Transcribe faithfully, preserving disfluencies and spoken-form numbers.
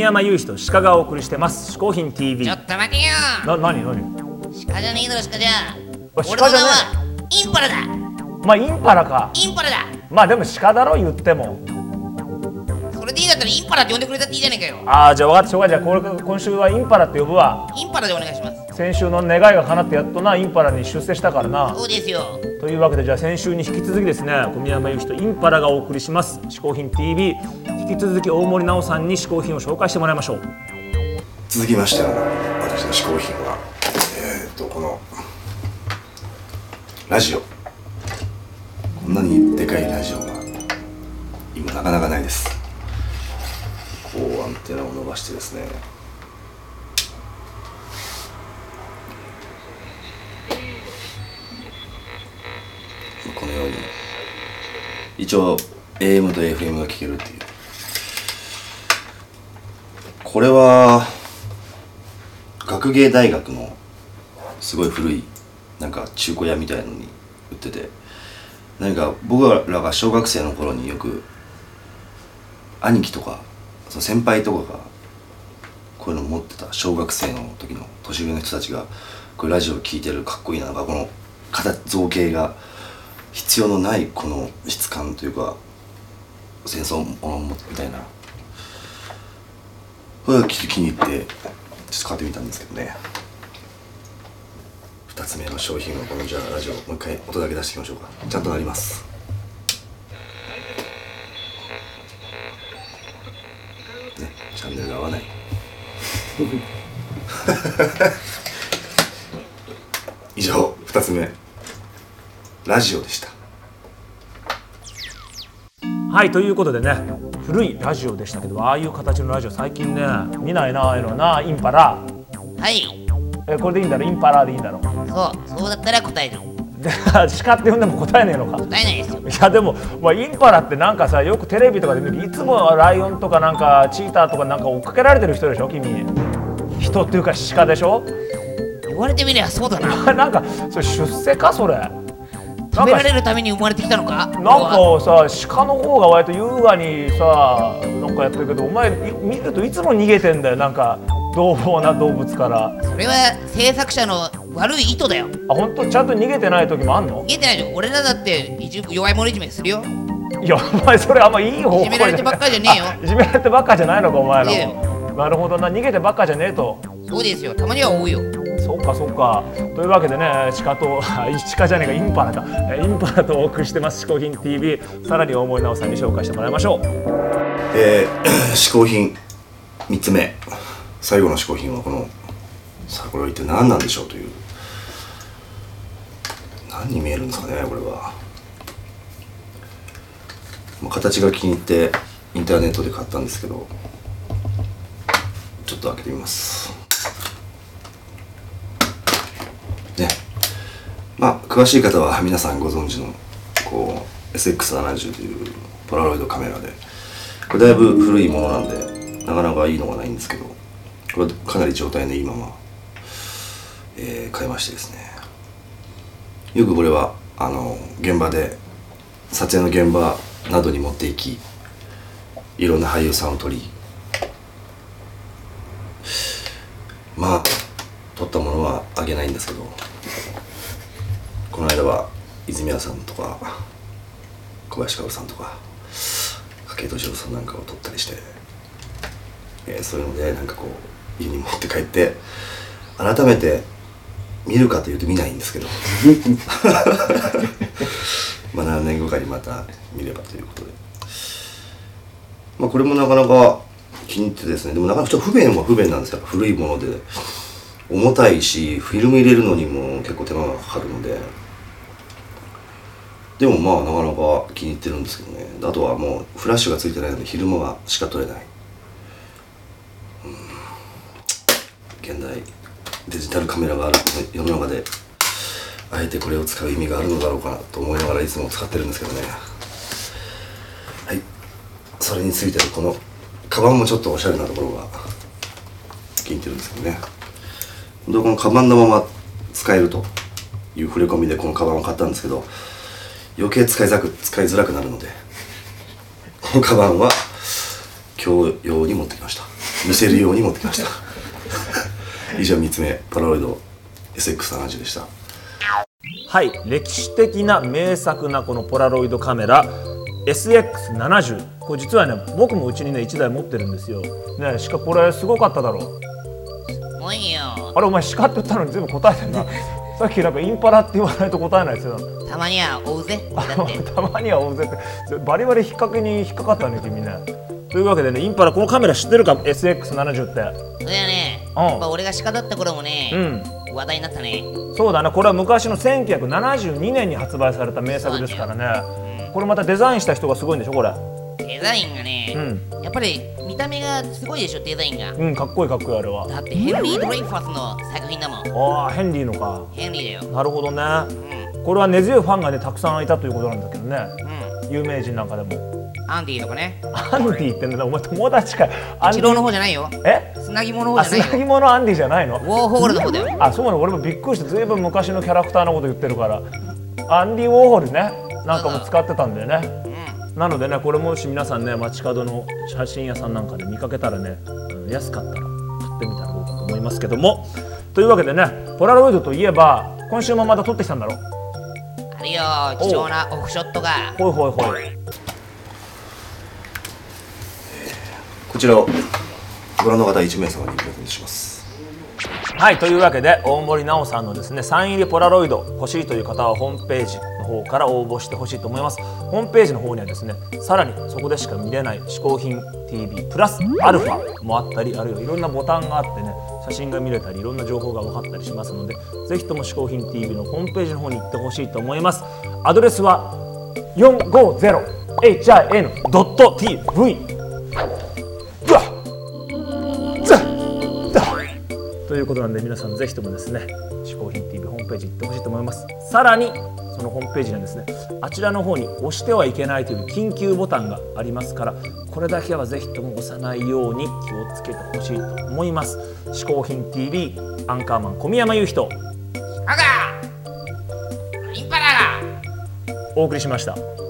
山雄飛と鹿がお送りしてます嗜好品 ティーブイ。 ちょっと待てよ。 な、なになに鹿じゃねえだろ、鹿じゃ。 鹿俺の名じゃねはインパラだ。 まあインパラか。 インパラだ。 まあでも鹿だろ言っても。 それでいいんだったらインパラって呼んでくれたっていいじゃねえかよ。 ああ、じゃあ分かった、しょうがない。じゃあこれ今週はインパラって呼ぶわ。 インパラでお願いします。 先週の願いが叶ってやっとなインパラに出世したからな。 そうですよ。 というわけで、じゃあ先週に引き続きですね、小宮山由紀とインパラがお送りします嗜好品 ティーブイ。 引き続き大森奈緒さんに嗜好品を紹介してもらいましょう。 続きまして、あの私の嗜好品はえー、っとこのラジオ。こんなにでかいラジオが今なかなかないです。こうアンテナを伸ばしてですね、このように一応 エーエム と エフエム が聴けるっていう。これは学芸大学のすごい古いなんか中古屋みたいのに売ってて、何か僕らが小学生の頃によく兄貴とかその先輩とかがこういうの持ってた、小学生の時の年上の人たちがこういうラジオを聴いてる、かっこいいな、なんかこの形造形が必要のないこの質感というか戦争ものみたいな、これが気に入ってちょっと買ってみたんですけどね。ふたつめの商品はこのじゃあラジオもう一回音だけ出していきましょうか。ちゃんと鳴ります。ね、チャンネルが合わない以上ふたつめラジオでした。 はい、ということでね、古いラジオでしたけど、ああいう形のラジオ最近ね見ないな。ああいうのはな。インパラ。 はい。 え、これでいいんだろ、インパラでいいんだろ。 そう、そうだったら答える。 で鹿って呼んでも答えねえのか。 答えないですよ。 いやでも、まあ、インパラってなんかさ、よくテレビとかで見る、いつもライオンとかなんかチーターとかなんか追っかけられてる人でしょ君。人っていうか鹿でしょ。 言われてみりゃそうだな。 なんかそれ出世かそれ。 食べられるために生まれてきたのか。 なんかさ、鹿の方が割と優雅にさなんかやってるけど、お前見るといつも逃げてんだよ、なんか獰猛な動物から。 それは制作者の悪い意図だよ。 あ、本当？ちゃんと逃げてない時もあんの？ 逃げてないよ。俺らだって一応弱い者いじめするよ。 いや、お前それあんまいい方向いじめられてばっかりじゃねえよ。 いじめられてばっかじゃないのかお前らいやも。なるほどな、逃げてばっかじゃねえと。 そうですよ。たまには追うよ。 そうかそうか。というわけでね、鹿と鹿じゃねえか、インパラだ。インパラとお送りしてます嗜好品 ティーブイ。 さらに大森奈緒さんに紹介してもらいましょう。 えー、嗜好品みっつめ、最後の嗜好品はこの、さあこれは一体何なんでしょうという。何に見えるんですかね、これは。まあ、形が気に入ってインターネットで買ったんですけど、ちょっと開けてみます。ね、まあ詳しい方は皆さんご存知のこう エスエックスななじゅう というポラロイドカメラで、これだいぶ古いものなんでなかなかいいのがないんですけど、これかなり状態のいいまま、えー、買いましてですね、よくこれはあの現場で撮影の現場などに持っていき、いろんな俳優さんを撮り、まあ撮ったものはあげないんですけど、この間は泉谷さんとか小林薫さんとか筧敏郎さんなんかを撮ったりして、えー、そういうのでなんかこう家に持って帰って改めて見るかというと見ないんですけどまあ何年後かにまた見ればということで、まあこれもなかなか気に入ってですね。でもなかなかちょっと不便は不便なんですよ。古いもので重たいし、フィルム入れるのにも結構手間がかかるので、でもまあなかなか気に入ってるんですけどね。あとはもうフラッシュがついてないので昼間はしか撮れない、うん、現代デジタルカメラがある世の中であえてこれを使う意味があるのだろうかなと思いながらいつも使ってるんですけどね。はい、それについてるこのカバンもちょっとおしゃれなところが気に入ってるんですけどね。本当はこのカバンのまま使えるという触れ込みでこのカバンを買ったんですけど、余計使いづらく、使いづらくなるので、このカバンは今日用に持ってきました。 見せるように持ってきました以上みっつめポラロイド エスエックスななじゅう でした。 はい、歴史的な名作なこのポラロイドカメラ エスエックスななじゅう、 これ実はね僕もうちにねいちだい持ってるんですよね。しかもこれすごかっただろう。 もういいよ。 あれお前シカって言ったのに全部答えてんなさっきなんかインパラって言わないと答えないですよたまには追うぜ俺だってたまには大勢ってバリバリ引っ掛けに引っかかったね君ね。というわけでね、インパラこのカメラ知ってるか エスエックスななじゅう って。 それはね、 うんやっぱ俺が鹿だった頃もね、 うん、 話題になったね。 そうだね、これは昔のせんきゅうひゃくななじゅうにねんに発売された名作ですからね。これまたデザインした人がすごいんでしょこれ。 デザインがね、 うん、 やっぱり見た目がすごいでしょデザインが。 うん、かっこいいかっこいいあれは。 だってヘンリー・ドレイファスの作品だもん。 ああヘンリーのか。 ヘンリーだよ。 なるほどね、 うんこれは根強いファンがねたくさんいたということなんだけどね、 うん、 有名人なんかでも。 アンディとかね。 アンディってんだお前友達か。アンディ一郎の方じゃないよ。 え砂肝の方あじゃないよ。 砂肝のアンディじゃないの。 ウォーホールの方だよ。 あそうなの、俺もびっくりしてずいぶん昔のキャラクターのこと言ってるから。アンディ・ウォーホルねなんかも使ってたんだよね。 うん、 なのでねこれもし皆さんね街角の写真屋さんなんかで見かけたらね、うん安かったら買ってみたらどうかと思いますけども。というわけでねポラロイドといえば今週もまた撮ってきたんだろ。 あるよ貴重なオフショットが。 ほいほいほい。 こちらをご覧の方いちめいさまにプレゼントします。 はいというわけで大森奈緒さんのですねサイン入りポラロイド欲しいという方はホームページの方から応募してほしいと思います。ホームページの方にはですねさらにそこでしか見れない嗜好品 ティービー プラスアルファもあったり、あるいはいろんなボタンがあってね写真が見れたりいろんな情報が分かったりしますので、ぜひとも嗜好品 ティービー のホームページの方に行ってほしいと思います。アドレスは よんごゼロエイチアイエヌドットティーブイ。ということなんで皆さんぜひともですね嗜好品 ティービー ホームページ行ってほしいと思います。さらにそのホームページにはですねあちらの方に押してはいけないという緊急ボタンがありますから、これだけはぜひとも押さないように気をつけてほしいと思います。嗜好品 ティービー アンカーマン小宮山雄人赤インパラがお送りしました。